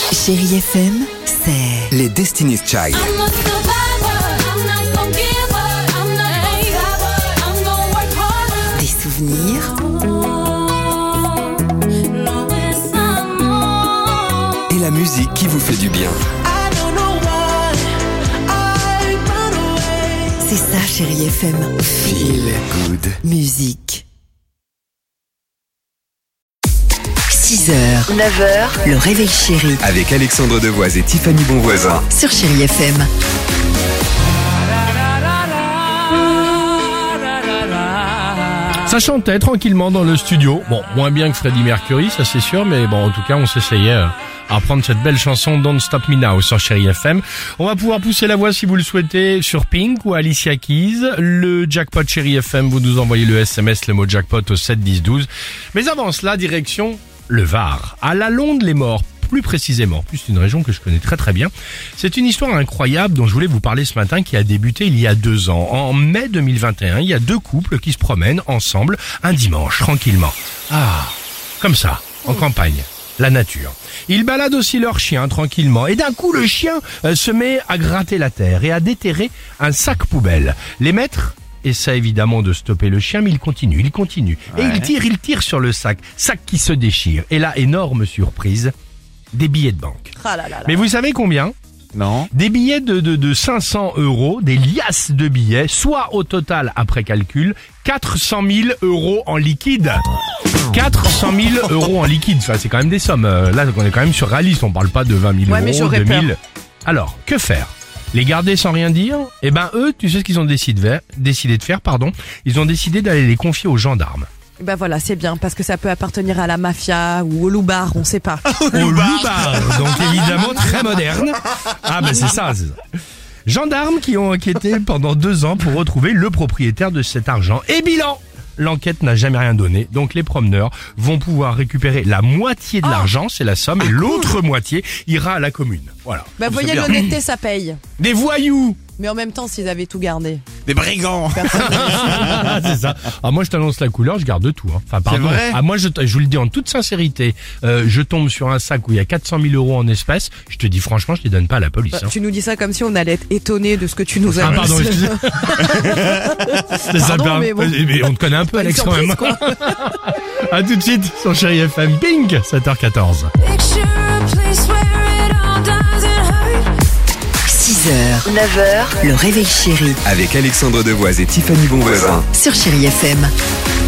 Chérie FM, c'est les Destiny's Child. des souvenirs Et la musique qui vous fait du bien. C'est ça, Chérie FM. Feel good. Musique. 6h, 9h, le réveil chéri Avec Alexandre Devoise et Tiffany Bonvoisin. sur Chérie FM. Ça chantait tranquillement dans le studio. Bon, moins bien que Freddie Mercury, ça c'est sûr, mais bon, en tout cas, on s'essayait à prendre cette belle chanson Don't Stop Me Now sur Chérie FM. On va pouvoir pousser la voix si vous le souhaitez sur Pink ou Alicia Keys. Le jackpot Chérie FM, vous nous envoyez le SMS, le mot jackpot au 7 10 12. Mais avant cela, direction le Var, à la Londe-les-Morts. Plus précisément, plus c'est une région que je connais très très bien. C'est une histoire incroyable dont je voulais vous parler ce matin qui a débuté il y a 2 ans. En mai 2021, il y a 2 couples qui se promènent ensemble un dimanche, tranquillement. Ah, comme ça, en campagne. La nature. Ils baladent aussi leur chien tranquillement et d'un coup le chien se met à gratter la terre et à déterrer un sac poubelle. Les maîtres essaient évidemment de stopper le chien mais il continue. Et il tire sur le sac qui se déchire. Et là, énorme surprise, des billets de banque. Mais vous savez combien ? Non. Des billets de 500 €, des liasses de billets, soit au total, après calcul, 400 000 € en liquide. 400 000 € en liquide, enfin, c'est quand même des sommes. Là, on est quand même sur réaliste, on parle pas de 20 000 €, 2 000. Alors, que faire ? Les garder sans rien dire ? Eh ben, eux, tu sais ce qu'ils ont décidé de faire, Ils ont décidé d'aller les confier aux gendarmes. Ben voilà, c'est bien, parce que ça peut appartenir à la mafia ou au loubar, on sait pas. Au loubar, donc évidemment très moderne. Ah ben c'est ça. Gendarmes qui ont enquêté pendant 2 ans pour retrouver le propriétaire de cet argent. Et bilan, l'enquête n'a jamais rien donné, donc les promeneurs vont pouvoir récupérer la moitié de l'argent, c'est la somme, et l'autre moitié ira à la commune. Voilà. Ben voyez, l'honnêteté, ça paye. Des voyous. Mais en même temps, s'ils avaient tout gardé. Des brigands. C'est ça. Ah, moi, je t'annonce la couleur, je garde tout. Enfin, pardon. C'est vrai. Ah, moi, je vous le dis en toute sincérité. Je tombe sur un sac où il y a 400 000 € en espèces. Je te dis franchement, je les donne pas à la police. Hein. Tu nous dis ça comme si on allait être étonné de ce que tu nous as Ah, dit. pardon, excusez. C'est ça, Pardon, mais bon. mais on te connaît un peu, Alex, quand même. À tout de suite sur Chérie FM. Pink, 7h14. 6h, 9h, le réveil chéri Avec Alexandre Devoise et Tiffany Bonvoisin. sur Chérie FM.